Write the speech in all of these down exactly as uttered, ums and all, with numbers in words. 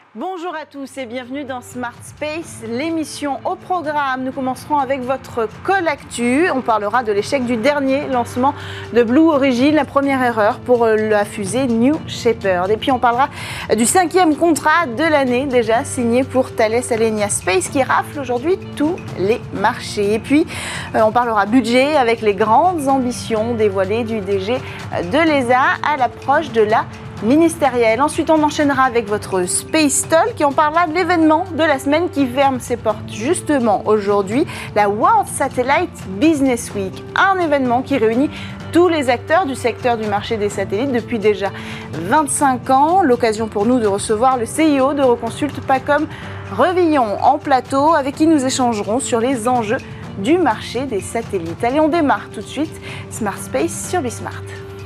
Bonjour à tous et bienvenue dans Smart Space, l'émission au programme. Nous commencerons avec votre Colactu. On parlera de l'échec du dernier lancement de Blue Origin, la première erreur pour la fusée New Shepard. Et puis on parlera du cinquième contrat de l'année déjà signé pour Thales Alenia Space qui rafle aujourd'hui tous les marchés. Et puis on parlera budget avec les grandes ambitions dévoilées du D G de l'E S A à l'approche de la ministérielle. Ensuite, on enchaînera avec votre Space Talk et on parlera de l'événement de la semaine qui ferme ses portes justement aujourd'hui, la World Satellite Business Week, un événement qui réunit tous les acteurs du secteur du marché des satellites depuis déjà vingt-cinq ans. L'occasion pour nous de recevoir le C E O de Reconsult Pacom Revillon en plateau avec qui nous échangerons sur les enjeux du marché des satellites. Allez, on démarre tout de suite Smart Space sur Bismart.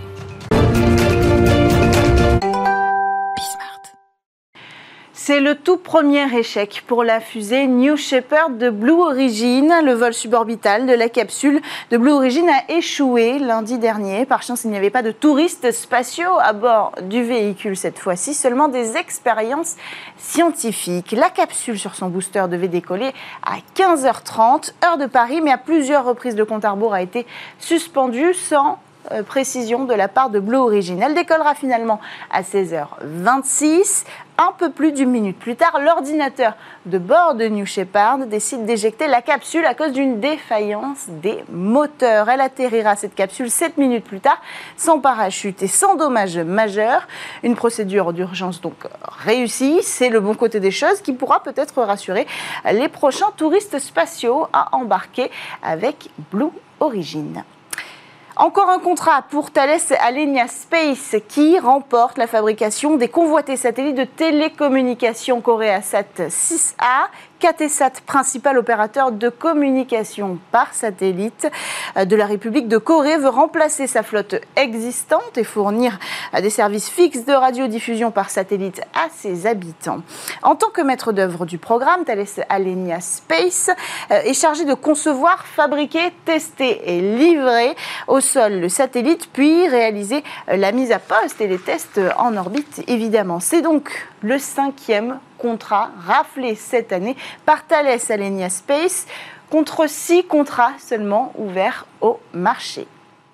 C'est le tout premier échec pour la fusée New Shepard de Blue Origin. Le vol suborbital de la capsule de Blue Origin a échoué lundi dernier. Par chance, il n'y avait pas de touristes spatiaux à bord du véhicule cette fois-ci, seulement des expériences scientifiques. La capsule sur son booster devait décoller à quinze heures trente, heure de Paris, mais à plusieurs reprises, le compte à rebours a été suspendu sans Euh, précision de la part de Blue Origin. Elle décollera finalement à seize heures vingt-six. Un peu plus d'une minute plus tard, l'ordinateur de bord de New Shepard décide d'éjecter la capsule à cause d'une défaillance des moteurs. Elle atterrira, cette capsule, sept minutes plus tard, sans parachute et sans dommage majeur. Une procédure d'urgence donc réussie. C'est le bon côté des choses qui pourra peut-être rassurer les prochains touristes spatiaux à embarquer avec Blue Origin. Encore un contrat pour Thales Alenia Space qui remporte la fabrication des convoités satellites de télécommunications Coreasat six A. Catesat, principal opérateur de communication par satellite de la République de Corée, veut remplacer sa flotte existante et fournir des services fixes de radiodiffusion par satellite à ses habitants. En tant que maître d'œuvre du programme, Thales Alenia Space est chargé de concevoir, fabriquer, tester et livrer au sol le satellite, puis réaliser la mise à poste et les tests en orbite, évidemment. C'est donc le cinquième contrat raflé cette année par Thales Alenia Space contre six contrats seulement ouverts au marché.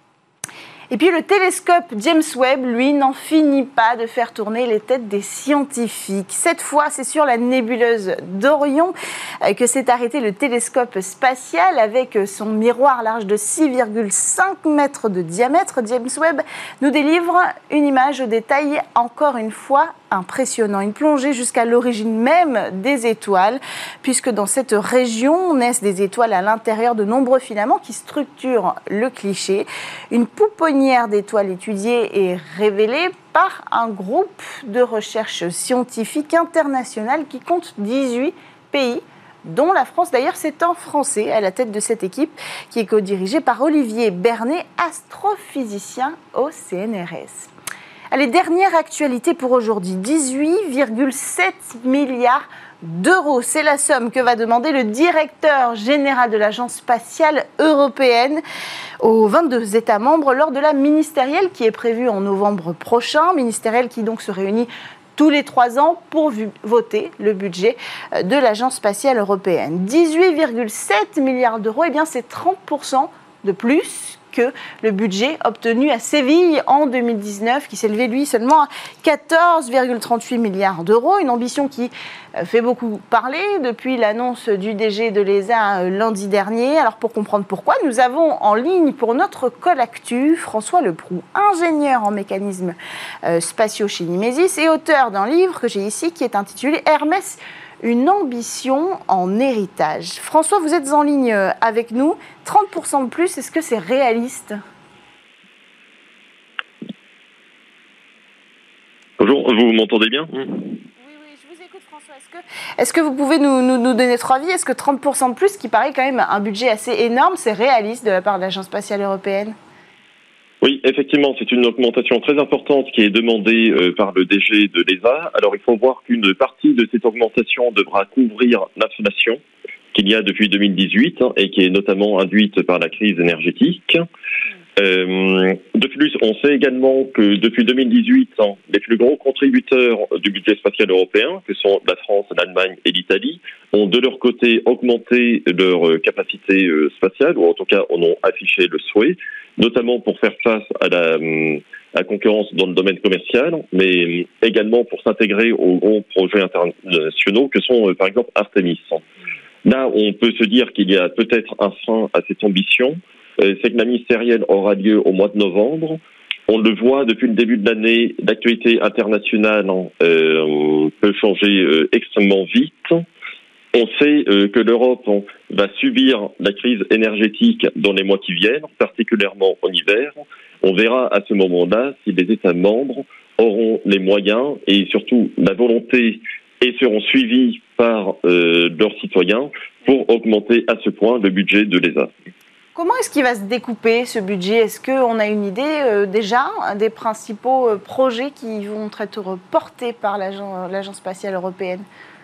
Et puis le télescope James Webb, lui, n'en finit pas de faire tourner les têtes des scientifiques. Cette fois, c'est sur la nébuleuse d'Orion que s'est arrêté le télescope spatial avec son miroir large de six virgule cinq mètres de diamètre. James Webb nous délivre une image au détail encore une fois impressionnant. Une plongée jusqu'à l'origine même des étoiles, puisque dans cette région naissent des étoiles à l'intérieur de nombreux filaments qui structurent le cliché. Une pouponnière d'étoiles étudiée et révélée par un groupe de recherche scientifique international qui compte dix-huit pays, dont la France. D'ailleurs, c'est un Français à la tête de cette équipe qui est co-dirigée par Olivier Bernet, astrophysicien au C N R S. Allez, dernière actualité pour aujourd'hui, dix-huit virgule sept milliards d'euros. C'est la somme que va demander le directeur général de l'Agence spatiale européenne aux vingt-deux États membres lors de la ministérielle qui est prévue en novembre prochain. Ministérielle qui donc se réunit tous les trois ans pour voter le budget de l'Agence spatiale européenne. dix-huit virgule sept milliards d'euros, eh bien c'est trente pour cent de plus que le budget obtenu à Séville en deux mille dix-neuf, qui s'élevait lui seulement à quatorze virgule trente-huit milliards d'euros. Une ambition qui fait beaucoup parler depuis l'annonce du D G de l'E S A lundi dernier. Alors pour comprendre pourquoi, nous avons en ligne pour notre Colactu François Leproux, ingénieur en mécanismes spatiaux chez Nimesis et auteur d'un livre que j'ai ici qui est intitulé Hermès, une ambition en héritage. François, vous êtes en ligne avec nous. trente pour cent de plus, est-ce que c'est réaliste ? Bonjour, vous m'entendez bien ? Oui, oui, je vous écoute François. Est-ce que, est-ce que vous pouvez nous, nous, nous donner votre avis ? Est-ce que trente pour cent de plus, qui paraît quand même un budget assez énorme, c'est réaliste de la part de l'Agence spatiale européenne ? Oui, effectivement, c'est une augmentation très importante qui est demandée euh, par le D G de l'E S A. Alors, il faut voir qu'une partie de cette augmentation devra couvrir l'inflation qu'il y a depuis deux mille dix-huit hein, et qui est notamment induite par la crise énergétique. Euh, de plus, on sait également que depuis deux mille dix-huit, hein, les plus gros contributeurs du budget spatial européen, que sont la France, l'Allemagne et l'Italie, ont de leur côté augmenté leur capacité euh, spatiale, ou en tout cas en ont affiché le souhait, notamment pour faire face à la, euh, à la concurrence dans le domaine commercial, mais également pour s'intégrer aux gros projets internationaux que sont euh, par exemple Artemis. Là, on peut se dire qu'il y a peut-être un frein à cette ambition, c'est que la ministérielle aura lieu au mois de novembre. On le voit depuis le début de l'année, l'actualité internationale euh, peut changer euh, extrêmement vite. On sait euh, que l'Europe va subir la crise énergétique dans les mois qui viennent, particulièrement en hiver. On verra à ce moment-là si les États membres auront les moyens et surtout la volonté et seront suivis par euh, leurs citoyens pour augmenter à ce point le budget de l'E S A. Comment est-ce qu'il va se découper, ce budget? Est-ce qu'on a une idée euh, déjà des principaux euh, projets qui vont être portés par l'Agence spatiale européenne?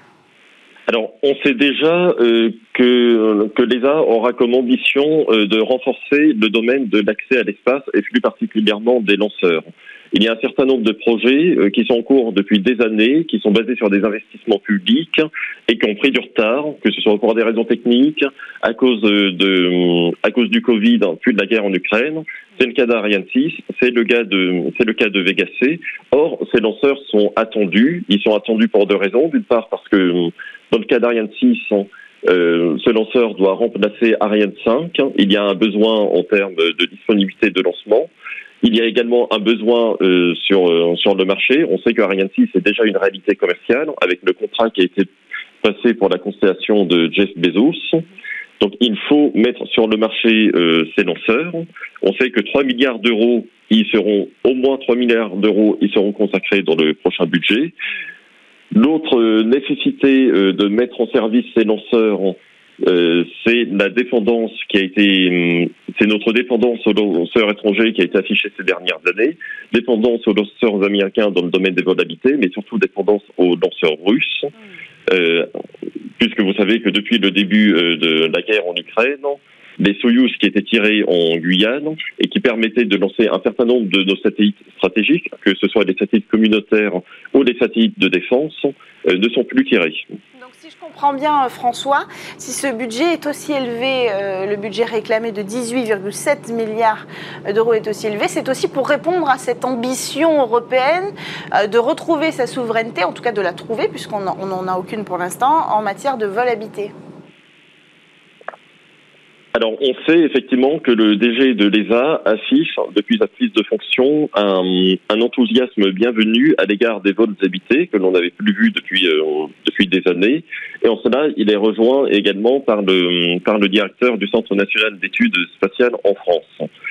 Alors, on sait déjà euh, que, que l'E S A aura comme ambition euh, de renforcer le domaine de l'accès à l'espace et plus particulièrement des lanceurs. Il y a un certain nombre de projets euh, qui sont en cours depuis des années, qui sont basés sur des investissements publics et qui ont pris du retard, que ce soit pour des raisons techniques, à cause de, de à cause du Covid, puis de la guerre en Ukraine. C'est le cas d'Ariane six, c'est le cas de c'est le cas de Vega C. Or, ces lanceurs sont attendus. Ils sont attendus pour deux raisons. D'une part, parce que dans le cas d'Ariane six, euh, ce lanceur doit remplacer Ariane cinq. Il y a un besoin en termes de disponibilité de lancement. Il y a également un besoin euh, sur euh, sur le marché. On sait que Ariane six est déjà une réalité commerciale avec le contrat qui a été passé pour la constellation de Jeff Bezos. Donc il faut mettre sur le marché euh, ces lanceurs. On sait que trois milliards d'euros, ils seront au moins trois milliards d'euros, ils seront consacrés dans le prochain budget. L'autre euh, nécessité euh, de mettre en service ces lanceurs, Euh, c'est la dépendance qui a été, c'est notre dépendance aux lanceurs étrangers qui a été affichée ces dernières années, dépendance aux lanceurs américains dans le domaine des vols habités, mais surtout dépendance aux lanceurs russes, euh, puisque vous savez que depuis le début euh, de la guerre en Ukraine, les Soyouz qui étaient tirés en Guyane et qui permettaient de lancer un certain nombre de nos satellites stratégiques, que ce soit des satellites communautaires ou des satellites de défense, euh, ne sont plus tirés. Donc si je comprends bien François, si ce budget est aussi élevé, euh, le budget réclamé de dix-huit virgule sept milliards d'euros est aussi élevé, c'est aussi pour répondre à cette ambition européenne euh, de retrouver sa souveraineté, en tout cas de la trouver, puisqu'on n'en a aucune pour l'instant, en matière de vol habité. Alors, on sait effectivement que le D G de l'E S A affiche, depuis sa prise de fonction, un, un enthousiasme bienvenu à l'égard des vols habités que l'on n'avait plus vu depuis euh, depuis des années. Et en cela, il est rejoint également par le par le directeur du Centre national d'études spatiales en France.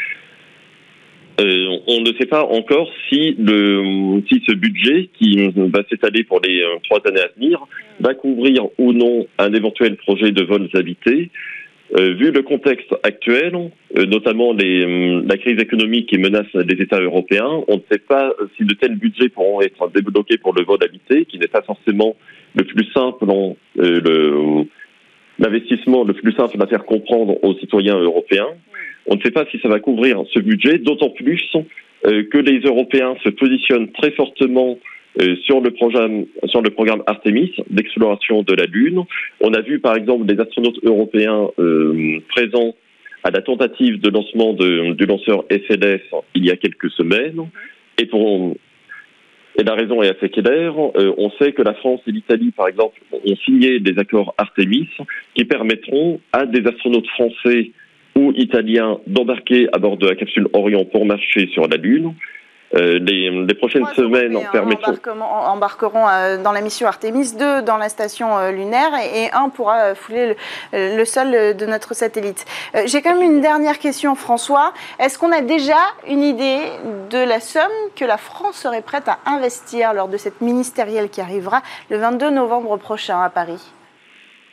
Euh, on ne sait pas encore si le si ce budget qui va s'étaler pour les euh, trois années à venir va couvrir ou non un éventuel projet de vols habités. Euh, vu le contexte actuel, euh, notamment les, euh, la crise économique qui menace les États européens, on ne sait pas si de tels budgets pourront être débloqués pour le vol habité, qui n'est pas forcément le plus simple, euh, le, l'investissement le plus simple à faire comprendre aux citoyens européens. On ne sait pas si ça va couvrir ce budget, d'autant plus euh, que les Européens se positionnent très fortement Euh, sur le programme sur le programme Artemis d'exploration de la Lune. On a vu par exemple des astronautes européens euh, présents à la tentative de lancement de, du lanceur S L S il y a quelques semaines. Et, pour, et la raison est assez claire. Euh, on sait que la France et l'Italie, par exemple, ont signé des accords Artemis qui permettront à des astronautes français ou italiens d'embarquer à bord de la capsule Orion pour marcher sur la Lune. Euh, les, les prochaines Trois semaines Européens permettront... embarqueront euh, dans la mission Artemis, deux dans la station euh, lunaire et, et un pourra euh, fouler le, le sol de notre satellite. Euh, J'ai quand même une dernière question, François. Est-ce qu'on a déjà une idée de la somme que la France serait prête à investir lors de cette ministérielle qui arrivera le vingt-deux novembre prochain à Paris ?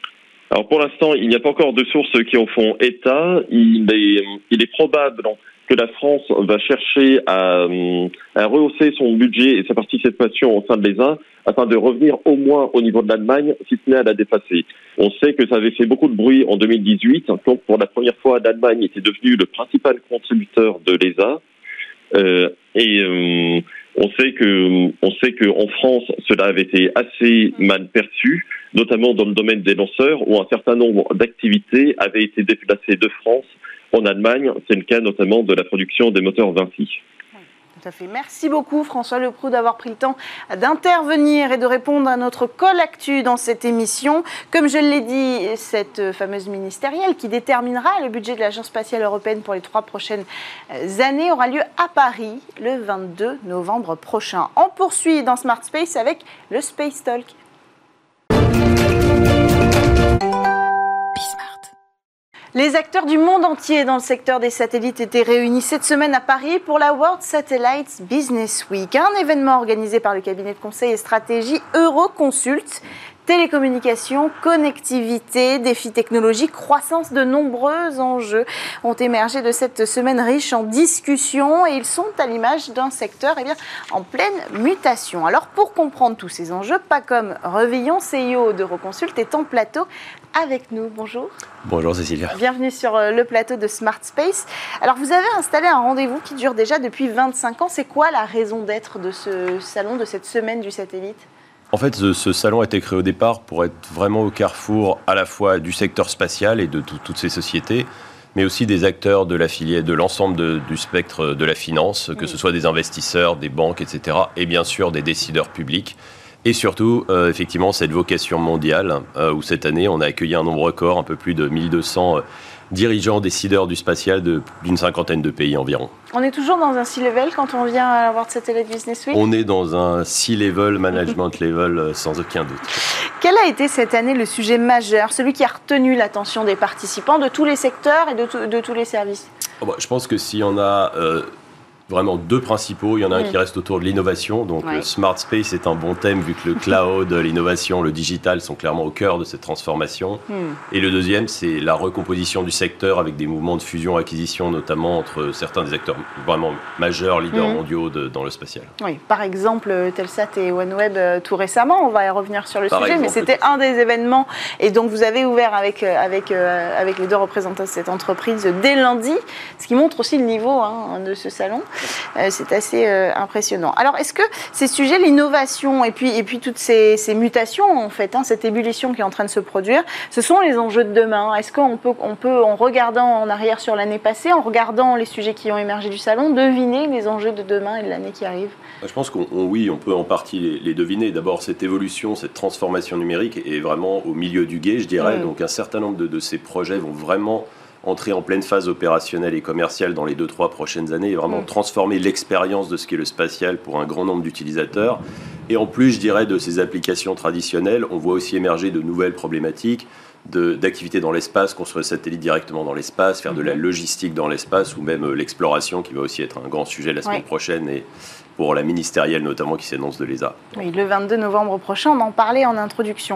Alors pour l'instant, il n'y a pas encore de sources qui en font état. Il est, il est probable que la France va chercher à, à rehausser son budget et sa participation au sein de l'E S A afin de revenir au moins au niveau de l'Allemagne, si ce n'est à la dépasser. On sait que ça avait fait beaucoup de bruit en deux mille dix-huit, quand pour la première fois l'Allemagne était devenue le principal contributeur de l'E S A. Euh, et euh, on sait que, on sait qu'en France, cela avait été assez mal perçu, notamment dans le domaine des lanceurs, où un certain nombre d'activités avaient été déplacées de France en Allemagne. C'est le cas notamment de la production des moteurs Vinci. Tout à fait. Merci beaucoup François Leproux d'avoir pris le temps d'intervenir et de répondre à notre call actu dans cette émission. Comme je l'ai dit, cette fameuse ministérielle qui déterminera le budget de l'Agence spatiale européenne pour les trois prochaines années aura lieu à Paris le vingt-deux novembre prochain. On poursuit dans Smart Space avec le Space Talk. Les acteurs du monde entier dans le secteur des satellites étaient réunis cette semaine à Paris pour la World Satellites Business Week, un événement organisé par le cabinet de conseil et stratégie Euroconsult. Télécommunications, connectivité, défis technologiques, croissance de nombreux enjeux ont émergé de cette semaine riche en discussions et ils sont à l'image d'un secteur eh bien, en pleine mutation. Alors pour comprendre tous ces enjeux, Pacom Revillon, C E O d'Euroconsult, est en plateau avec nous. Bonjour. Bonjour Cécilia. Bienvenue sur le plateau de Smart Space. Alors vous avez installé un rendez-vous qui dure déjà depuis vingt-cinq ans. C'est quoi la raison d'être de ce salon, de cette semaine du satellite ? En fait, ce, ce salon a été créé au départ pour être vraiment au carrefour à la fois du secteur spatial et de tout, toutes ces sociétés, mais aussi des acteurs de la filière, de l'ensemble de, du spectre de la finance, que ce soit des investisseurs, des banques, et cetera, et bien sûr des décideurs publics. Et surtout, euh, effectivement, cette vocation mondiale, euh, où cette année, on a accueilli un nombre record, un peu plus de mille deux cents euh, dirigeants, décideurs du spatial de, d'une cinquantaine de pays environ. On est toujours dans un C-level quand on vient à la World Satellite Business Week ? On est dans un C-level, management level, sans aucun doute. Quel a été cette année le sujet majeur, celui qui a retenu l'attention des participants de tous les secteurs et de, to- de tous les services ? Oh bah, je pense que s'il y en a euh, vraiment deux principaux, il y en a un mmh. qui reste autour de l'innovation. Donc ouais. le Smart Space est un bon thème vu que le cloud, l'innovation, le digital sont clairement au cœur de cette transformation. Mmh. Et le deuxième, c'est la recomposition du secteur avec des mouvements de fusion-acquisition, notamment entre certains des acteurs vraiment majeurs, leaders mmh. mondiaux de, dans le spatial. Oui, par exemple, Telsat et OneWeb euh, tout récemment, on va y revenir sur le par sujet, exemple, mais c'était un des événements. Et donc vous avez ouvert avec, avec, euh, avec les deux représentants de cette entreprise dès lundi, ce qui montre aussi le niveau hein, de ce salon. Euh, c'est assez euh, impressionnant. Alors, est-ce que ces sujets, l'innovation et puis, et puis toutes ces, ces mutations, en fait, hein, cette ébullition qui est en train de se produire, ce sont les enjeux de demain ? Est-ce qu'on peut, on peut, en regardant en arrière sur l'année passée, en regardant les sujets qui ont émergé du salon, deviner les enjeux de demain et de l'année qui arrive ? Je pense qu'on, on, oui, on peut en partie les, les deviner. D'abord, cette évolution, cette transformation numérique est vraiment au milieu du gué, je dirais. Mmh. Donc, un certain nombre de, de ces projets vont vraiment entrer en pleine phase opérationnelle et commerciale dans les deux trois prochaines années et vraiment mmh. transformer l'expérience de ce qu'est le spatial pour un grand nombre d'utilisateurs. Et en plus, je dirais, de ces applications traditionnelles, on voit aussi émerger de nouvelles problématiques de, d'activités dans l'espace, construire des satellites directement dans l'espace, faire mmh. de la logistique dans l'espace ou même euh, l'exploration qui va aussi être un grand sujet la semaine ouais. prochaine et pour la ministérielle notamment qui s'annonce de l'E S A. Oui, le vingt-deux novembre prochain, on en parlait en introduction.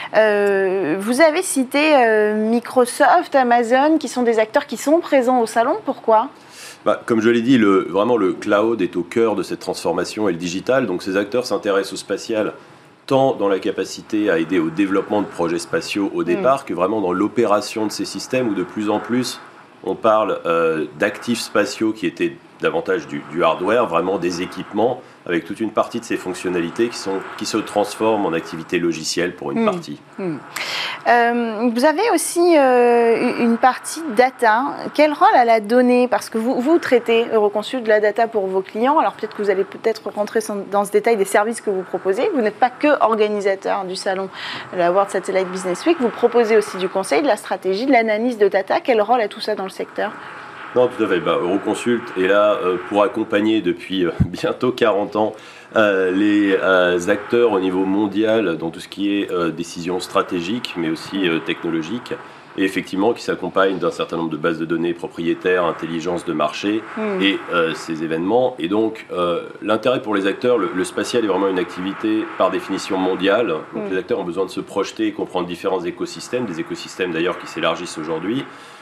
Euh, vous avez cité euh, Microsoft, Amazon, qui sont des acteurs qui sont présents au salon. Pourquoi ? Bah, comme je l'ai dit, le, vraiment le cloud est au cœur de cette transformation et le digital. Donc ces acteurs s'intéressent au spatial tant dans la capacité à aider au développement de projets spatiaux au départ mmh. que vraiment dans l'opération de ces systèmes où de plus en plus on parle euh, d'actifs spatiaux qui étaient davantage du, du hardware, vraiment des équipements avec toute une partie de ces fonctionnalités qui, sont, qui se transforment en activités logicielles pour une mmh. partie. Mmh. Euh, vous avez aussi euh, une partie data. Quel rôle elle a donné ? Parce que vous, vous traitez Euroconsult de la data pour vos clients. Alors peut-être que vous allez peut-être rentrer dans ce détail des services que vous proposez. Vous n'êtes pas que organisateur du salon de la World Satellite Business Week. Vous proposez aussi du conseil, de la stratégie, de l'analyse de data. Quel rôle a tout ça dans le secteur ? Non, tout à fait. Bah, Euroconsult est là euh, pour accompagner depuis euh, bientôt quarante ans euh, les euh, acteurs au niveau mondial dans tout ce qui est euh, décisions stratégiques, mais aussi euh, technologiques, et effectivement qui s'accompagnent d'un certain nombre de bases de données propriétaires, intelligence de marché mmh. et euh, ces événements. Et donc, euh, l'intérêt pour les acteurs, le, le spatial est vraiment une activité par définition mondiale. Donc, mmh. les acteurs ont besoin de se projeter et comprendre différents écosystèmes, des écosystèmes d'ailleurs qui s'élargissent aujourd'hui.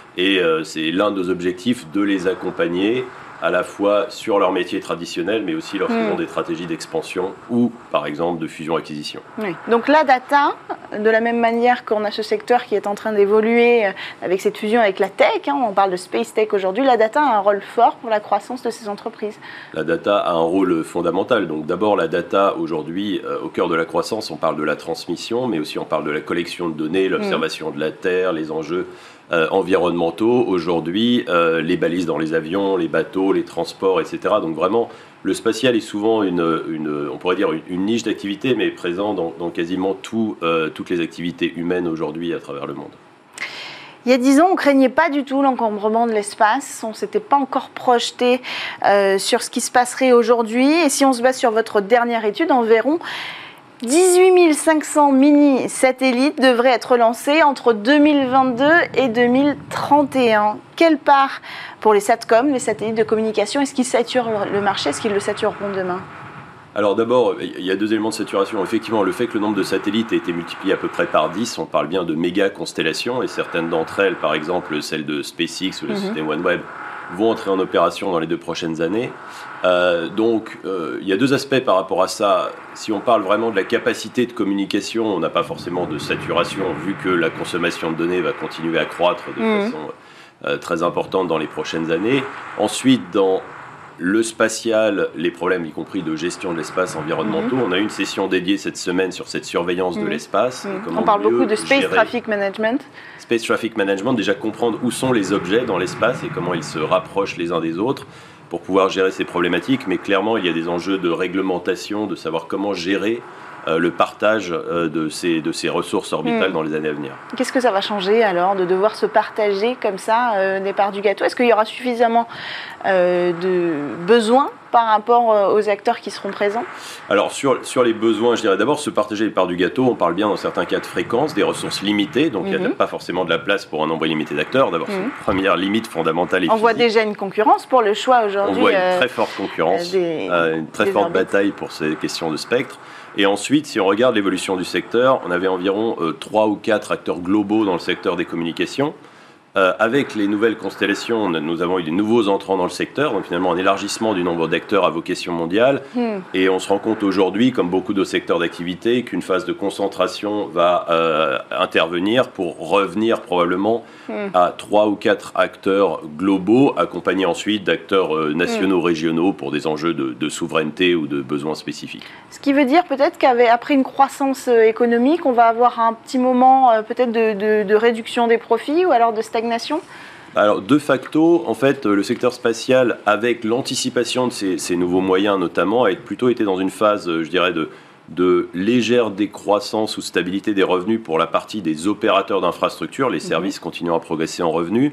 Et euh, c'est l'un de nos objectifs de les accompagner à la fois sur leur métier traditionnel, mais aussi lorsqu'ils mmh. ont des stratégies d'expansion ou, par exemple, de fusion-acquisition. Oui. Donc la data, de la même manière qu'on a ce secteur qui est en train d'évoluer avec cette fusion avec la tech, hein, on parle de space tech aujourd'hui, la data a un rôle fort pour la croissance de ces entreprises. La data a un rôle fondamental. Donc d'abord, la data, aujourd'hui, euh, au cœur de la croissance, on parle de la transmission, mais aussi on parle de la collection de données, l'observation mmh. de la Terre, les enjeux Euh, environnementaux. Aujourd'hui, euh, les balises dans les avions, les bateaux, les transports, et cetera. Donc vraiment, le spatial est souvent une, une on pourrait dire une, une niche d'activité, mais présent dans, dans quasiment tout, euh, toutes les activités humaines aujourd'hui à travers le monde. Il y a dix ans, on ne craignait pas du tout l'encombrement de l'espace. On ne s'était pas encore projeté euh, sur ce qui se passerait aujourd'hui. Et si on se base sur votre dernière étude, environ dix-huit mille cinq cents mini-satellites devraient être lancés entre deux mille vingt-deux et deux mille trente et un. Quelle part pour les SATCOM, les satellites de communication, est-ce qu'ils saturent le marché? Est-ce qu'ils le satureront demain? Alors d'abord, il y a deux éléments de saturation. Effectivement, le fait que le nombre de satellites ait été multiplié à peu près par dix, on parle bien de méga constellations, et certaines d'entre elles, par exemple celle de SpaceX ou le mm-hmm. système OneWeb, vont entrer en opération dans les deux prochaines années. Euh, donc, euh, il y a deux aspects par rapport à ça. Si on parle vraiment de la capacité de communication, on n'a pas forcément de saturation, vu que la consommation de données va continuer à croître de mmh. façon euh, très importante dans les prochaines années. Ensuite, dans le spatial, les problèmes, y compris de gestion de l'espace environnementaux. Mmh. On a eu une session dédiée cette semaine sur cette surveillance mmh. de l'espace. Mmh. On parle beaucoup de Space Traffic Management. Space Traffic Management, déjà comprendre où sont les objets dans l'espace et comment ils se rapprochent les uns des autres pour pouvoir gérer ces problématiques. Mais clairement, il y a des enjeux de réglementation, de savoir comment gérer euh, le partage euh, de, ces, de ces ressources orbitales mmh. dans les années à venir. Qu'est-ce que ça va changer alors de devoir se partager comme ça euh, des parts du gâteau? Est-ce qu'il y aura suffisamment euh, de besoins par rapport aux acteurs qui seront présents? Alors sur, sur les besoins, je dirais d'abord se partager les parts du gâteau. On parle bien dans certains cas de fréquence, des ressources limitées, donc mmh. il n'y a pas forcément de la place pour un nombre illimité d'acteurs. D'abord, mmh. c'est une première limite fondamentale et On physique. voit déjà une concurrence pour le choix aujourd'hui. On voit une très forte concurrence, euh, des, euh, une très forte orbites. bataille pour ces questions de spectre. Et ensuite, si on regarde l'évolution du secteur, on avait environ euh, trois ou quatre acteurs globaux dans le secteur des communications. Euh, avec les nouvelles constellations, nous avons eu des nouveaux entrants dans le secteur, donc finalement un élargissement du nombre d'acteurs à vocation mondiale. Mmh. Et on se rend compte aujourd'hui, comme beaucoup de secteurs d'activité, qu'une phase de concentration va euh, intervenir pour revenir probablement mmh. à trois ou quatre acteurs globaux, accompagnés ensuite d'acteurs euh, nationaux, mmh. régionaux pour des enjeux de, de souveraineté ou de besoins spécifiques. Ce qui veut dire peut-être qu'après une croissance économique, on va avoir un petit moment euh, peut-être de, de, de réduction des profits ou alors de stagnation. Alors, de facto, en fait, le secteur spatial, avec l'anticipation de ces, ces nouveaux moyens notamment, a plutôt été dans une phase, je dirais, de, de légère décroissance ou stabilité des revenus pour la partie des opérateurs d'infrastructures, les services mmh. continuant à progresser en revenus.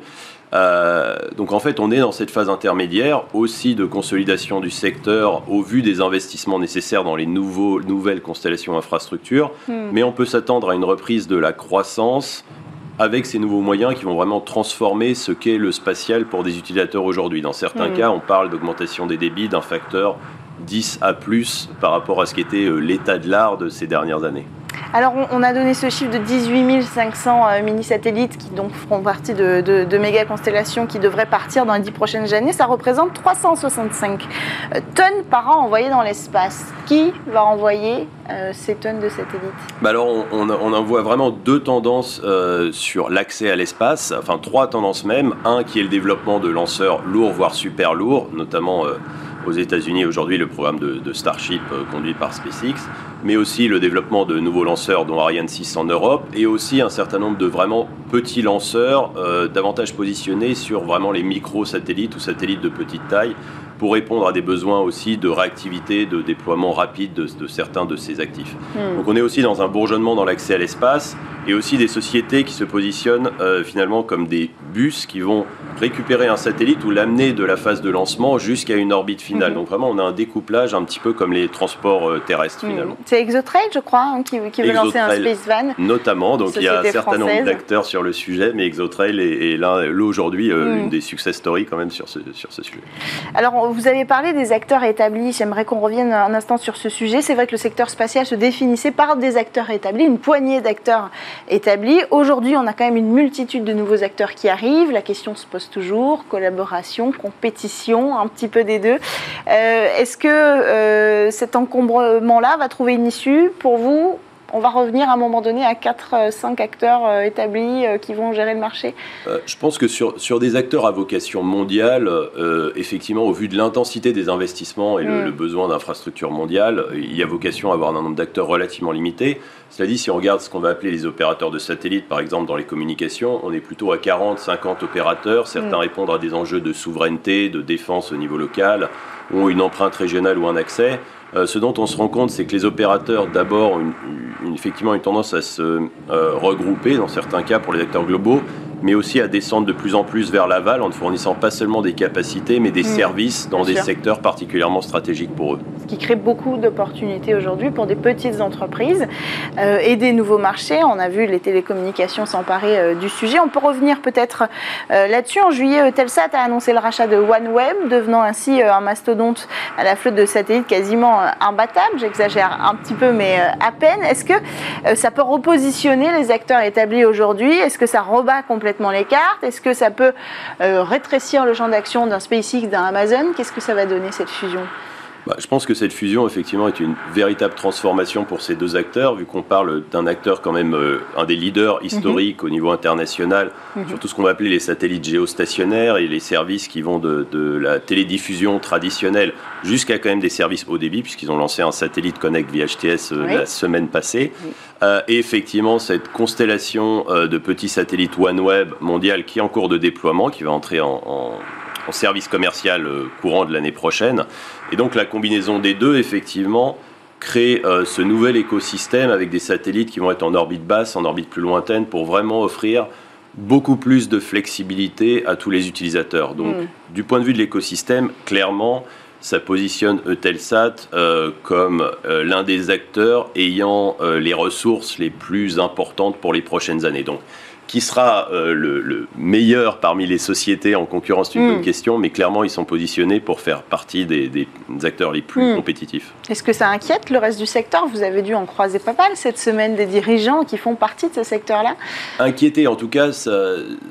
Euh, donc en fait, on est dans cette phase intermédiaire aussi de consolidation du secteur au vu des investissements nécessaires dans les nouveaux, nouvelles constellations infrastructures, mmh. mais on peut s'attendre à une reprise de la croissance avec ces nouveaux moyens qui vont vraiment transformer ce qu'est le spatial pour des utilisateurs aujourd'hui. Dans certains mmh. cas, on parle d'augmentation des débits d'un facteur dix à plus par rapport à ce qui était l'état de l'art de ces dernières années. Alors, on a donné ce chiffre de dix-huit mille cinq cents mini-satellites qui donc feront partie de, de, de méga-constellations qui devraient partir dans les dix prochaines années. Ça représente trois cent soixante-cinq tonnes par an envoyées dans l'espace. Qui va envoyer euh, ces tonnes de satellites? bah Alors, on, on, on en voit vraiment deux tendances euh, sur l'accès à l'espace, enfin trois tendances même. Un qui est le développement de lanceurs lourds, voire super lourds, notamment euh, aux États-Unis aujourd'hui le programme de, de Starship euh, conduit par SpaceX, mais aussi le développement de nouveaux lanceurs dont Ariane six en Europe, et aussi un certain nombre de vraiment petits lanceurs euh, davantage positionnés sur vraiment les micro-satellites ou satellites de petite taille pour répondre à des besoins aussi de réactivité, de déploiement rapide de, de certains de ces actifs. Mmh. Donc on est aussi dans un bourgeonnement dans l'accès à l'espace et aussi des sociétés qui se positionnent euh, finalement comme des bus qui vont récupérer un satellite ou l'amener de la phase de lancement jusqu'à une orbite finale. Mmh. Donc vraiment on a un découplage un petit peu comme les transports euh, terrestres mmh. finalement. C'est Exotrail, je crois, hein, qui, qui veut lancer un Space Van. Notamment, donc il y a un certain française. nombre d'acteurs sur le sujet, mais Exotrail est, est là, là aujourd'hui euh, mm. une des success stories quand même sur ce, sur ce sujet. Alors, vous avez parlé des acteurs établis. J'aimerais qu'on revienne un instant sur ce sujet. C'est vrai que le secteur spatial se définissait par des acteurs établis, une poignée d'acteurs établis. Aujourd'hui, on a quand même une multitude de nouveaux acteurs qui arrivent. La question se pose toujours, collaboration, compétition, un petit peu des deux. Euh, est-ce que euh, cet encombrement-là va trouver une issue pour vous? On va revenir à un moment donné à quatre cinq acteurs euh, établis euh, qui vont gérer le marché euh, Je pense que sur, sur des acteurs à vocation mondiale, euh, effectivement, au vu de l'intensité des investissements et mmh. le, le besoin d'infrastructures mondiales, il y a vocation à avoir un nombre d'acteurs relativement limité. Cela dit, si on regarde ce qu'on va appeler les opérateurs de satellites, par exemple dans les communications, on est plutôt à quarante cinquante opérateurs. Certains mmh. répondent à des enjeux de souveraineté, de défense au niveau local, ont une empreinte régionale ou un accès. Euh, ce dont on se rend compte, c'est que les opérateurs, d'abord, ont une, une, effectivement une tendance à se euh, regrouper, dans certains cas pour les acteurs globaux, mais aussi à descendre de plus en plus vers l'aval en ne fournissant pas seulement des capacités, mais des mmh, services dans des sûr. secteurs particulièrement stratégiques pour eux. Ce qui crée beaucoup d'opportunités aujourd'hui pour des petites entreprises euh, et des nouveaux marchés. On a vu les télécommunications s'emparer euh, du sujet. On peut revenir peut-être euh, là-dessus. En juillet, Telsat a annoncé le rachat de OneWeb, devenant ainsi euh, un mastodonte à la flotte de satellites quasiment euh, imbattable. J'exagère un petit peu, mais euh, à peine. Est-ce que euh, ça peut repositionner les acteurs établis aujourd'hui? Est-ce que ça rebat complètement les cartes? Est-ce que ça peut euh, rétrécir le champ d'action d'un SpaceX, d'un Amazon? Qu'est-ce que ça va donner, cette fusion? Bah, je pense que cette fusion, effectivement, est une véritable transformation pour ces deux acteurs, vu qu'on parle d'un acteur quand même, euh, un des leaders historiques mm-hmm. au niveau international, mm-hmm. sur tout ce qu'on va appeler les satellites géostationnaires et les services qui vont de, de la télédiffusion traditionnelle jusqu'à quand même des services haut débit, puisqu'ils ont lancé un satellite Connect V H T S euh, oui. la semaine passée. Oui. Euh, et effectivement, cette constellation euh, de petits satellites OneWeb mondial qui est en cours de déploiement, qui va entrer en... en en service commercial euh, courant de l'année prochaine. Et donc la combinaison des deux, effectivement, crée euh, ce nouvel écosystème avec des satellites qui vont être en orbite basse, en orbite plus lointaine, pour vraiment offrir beaucoup plus de flexibilité à tous les utilisateurs. Donc, mmh. du point de vue de l'écosystème, clairement, ça positionne Eutelsat euh, comme euh, l'un des acteurs ayant euh, les ressources les plus importantes pour les prochaines années. Donc, qui sera euh, le, le meilleur parmi les sociétés en concurrence, c'est une mmh. bonne question, mais clairement, ils sont positionnés pour faire partie des, des acteurs les plus mmh. compétitifs. Est-ce que ça inquiète le reste du secteur? Vous avez dû en croiser pas mal cette semaine, des dirigeants qui font partie de ce secteur-là. Inquiété, en tout cas, ça,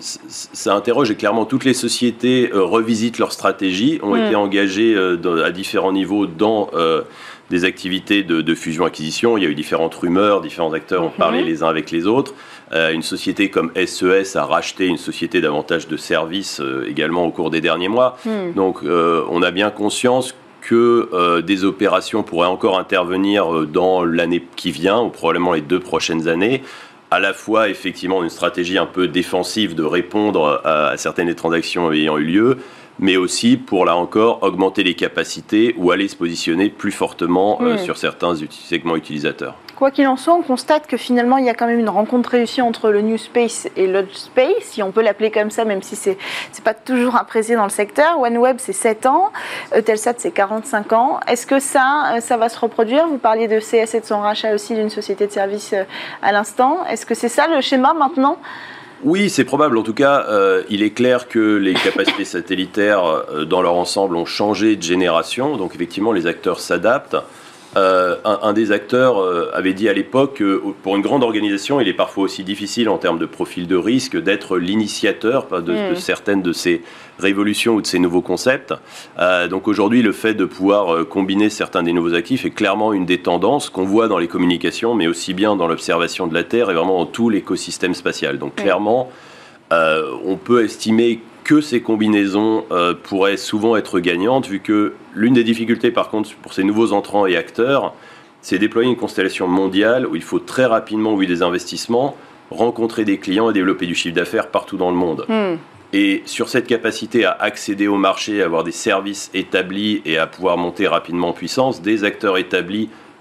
ça interroge, et clairement, toutes les sociétés euh, revisitent leur stratégie, ont mmh. été engagées euh, dans, à différents niveaux dans... Euh, des activités de, de fusion-acquisition. Il y a eu différentes rumeurs, différents acteurs ont parlé mmh. les uns avec les autres. Euh, une société comme S E S a racheté une société davantage de services euh, également au cours des derniers mois. Mmh. Donc euh, on a bien conscience que euh, des opérations pourraient encore intervenir euh, dans l'année qui vient, ou probablement les deux prochaines années. À la fois, effectivement, une stratégie un peu défensive de répondre à, à certaines des transactions ayant eu lieu, mais aussi pour, là encore, augmenter les capacités ou aller se positionner plus fortement euh, mmh. sur certains ut- segments utilisateurs. Quoi qu'il en soit, on constate que finalement, il y a quand même une rencontre réussie entre le New Space et l'Old Space, si on peut l'appeler comme ça, même si ce n'est pas toujours apprécié dans le secteur. OneWeb, c'est sept ans, Eutelsat, c'est quarante-cinq ans. Est-ce que ça, ça va se reproduire? Vous parliez de C S et de son rachat aussi d'une société de services à l'instant. Est-ce que c'est ça le schéma maintenant? Oui, c'est probable. En tout cas, euh, il est clair que les capacités satellitaires, euh, dans leur ensemble, ont changé de génération. Donc, effectivement, les acteurs s'adaptent. Euh, un, un des acteurs euh, avait dit à l'époque que pour une grande organisation, il est parfois aussi difficile en termes de profil de risque d'être l'initiateur de, mmh. de certaines de ces révolutions ou de ces nouveaux concepts. Euh, donc aujourd'hui, le fait de pouvoir euh, combiner certains des nouveaux actifs est clairement une des tendances qu'on voit dans les communications, mais aussi bien dans l'observation de la Terre et vraiment dans tout l'écosystème spatial. Donc mmh. clairement, euh, on peut estimer que ces combinaisons euh, pourraient souvent être gagnantes, vu que l'une des difficultés, par contre, pour ces nouveaux entrants et acteurs, c'est déployer une constellation mondiale où il faut très rapidement, au vu des investissements, rencontrer des clients et développer du chiffre d'affaires partout dans le monde. Mm. Et sur cette capacité à accéder au marché, à avoir des services établis et à pouvoir monter rapidement en puissance, des acteurs établis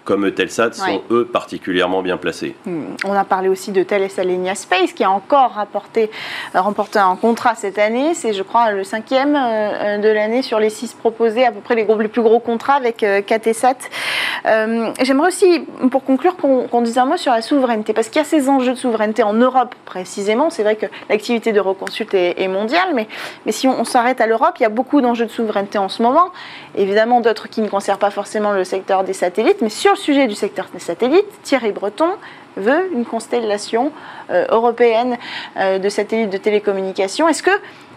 comme Eutelsat sont, ouais. eux, particulièrement bien placés. Mmh. On a parlé aussi de Thales Alenia Space, qui a encore rapporté, euh, remporté un contrat cette année. C'est, je crois, le cinquième euh, de l'année sur les six proposés, à peu près les, gros, les plus gros contrats avec euh, Catesat. Euh, j'aimerais aussi, pour conclure, qu'on, qu'on dise un mot sur la souveraineté, parce qu'il y a ces enjeux de souveraineté en Europe, précisément. C'est vrai que l'activité d'Euroconsult est, est mondiale, mais, mais si on, on s'arrête à l'Europe, il y a beaucoup d'enjeux de souveraineté en ce moment. Évidemment, d'autres qui ne concernent pas forcément le secteur des satellites, mais sur le sujet du secteur des satellites, Thierry Breton veut une constellation euh, européenne euh, de satellites de télécommunications. Est-ce que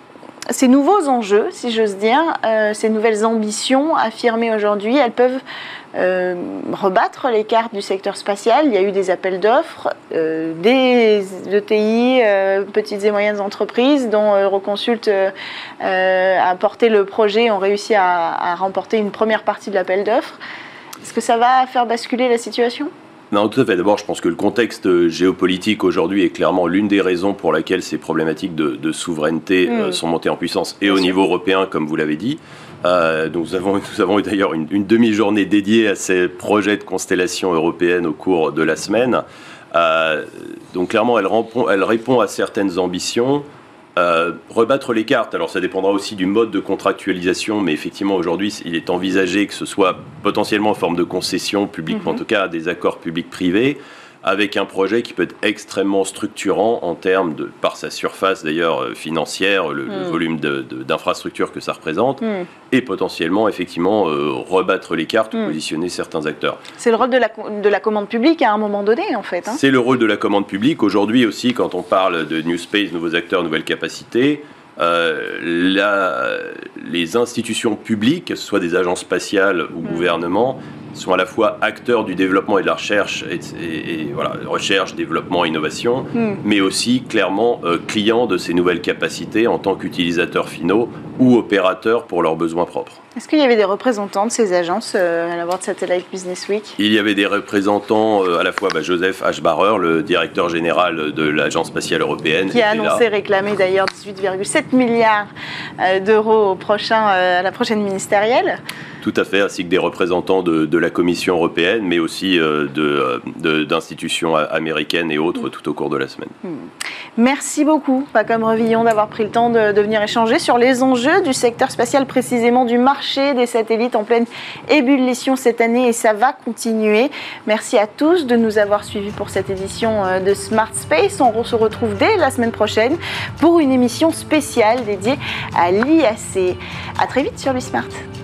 ces nouveaux enjeux, si j'ose dire, euh, ces nouvelles ambitions affirmées aujourd'hui, elles peuvent euh, rebattre les cartes du secteur spatial? Il y a eu des appels d'offres, euh, des E T I, euh, petites et moyennes entreprises, dont Euroconsult euh, euh, a porté le projet, ont réussi à, à remporter une première partie de l'appel d'offres. Est-ce que ça va faire basculer la situation ? Non, tout à fait. D'abord, je pense que le contexte géopolitique aujourd'hui est clairement l'une des raisons pour laquelle ces problématiques de, de souveraineté mmh. euh, sont montées en puissance, et Bien au sûr. niveau européen, comme vous l'avez dit. Euh, donc nous avons, nous avons eu d'ailleurs une, une demi-journée dédiée à ces projets de constellation européenne au cours de la semaine. Euh, donc clairement, elle répond, elle répond à certaines ambitions. Euh, rebattre les cartes, alors ça dépendra aussi du mode de contractualisation, mais effectivement aujourd'hui il est envisagé que ce soit potentiellement en forme de concession publique, mm-hmm. en tout cas des accords publics-privés, avec un projet qui peut être extrêmement structurant en termes de, par sa surface d'ailleurs financière, le, mm. le volume de, de, d'infrastructures que ça représente, mm. et potentiellement effectivement euh, rebattre les cartes mm. ou positionner certains acteurs. C'est le rôle de la, de la commande publique à un moment donné en fait. Hein. C'est le rôle de la commande publique. Aujourd'hui aussi, quand on parle de New Space, nouveaux acteurs, nouvelles capacités, Euh, la, les institutions publiques, que ce soit des agences spatiales ou mmh. gouvernements, sont à la fois acteurs du développement et de la recherche, et, et, et voilà, recherche, développement, innovation, mmh. mais aussi clairement euh, clients de ces nouvelles capacités en tant qu'utilisateurs finaux ou opérateurs pour leurs besoins propres. Est-ce qu'il y avait des représentants de ces agences euh, à la World Satellite Business Week ? Il y avait des représentants, euh, à la fois bah, Joseph Aschbacher, le directeur général de l'Agence spatiale européenne. Qui a annoncé là. réclamer d'ailleurs dix-huit virgule sept milliards euh, d'euros au prochain, euh, à la prochaine ministérielle. Tout à fait, ainsi que des représentants de, de la Commission européenne, mais aussi euh, de, de, d'institutions américaines et autres mmh. tout au cours de la semaine. Mmh. Merci beaucoup, Pacom Revillon, d'avoir pris le temps de, de venir échanger sur les enjeux du secteur spatial, précisément du marché des satellites en pleine ébullition cette année, et ça va continuer. Merci à tous de nous avoir suivis pour cette édition de Smart Space. On se retrouve dès la semaine prochaine pour une émission spéciale dédiée à l'I A C. À très vite sur l'E-Smart.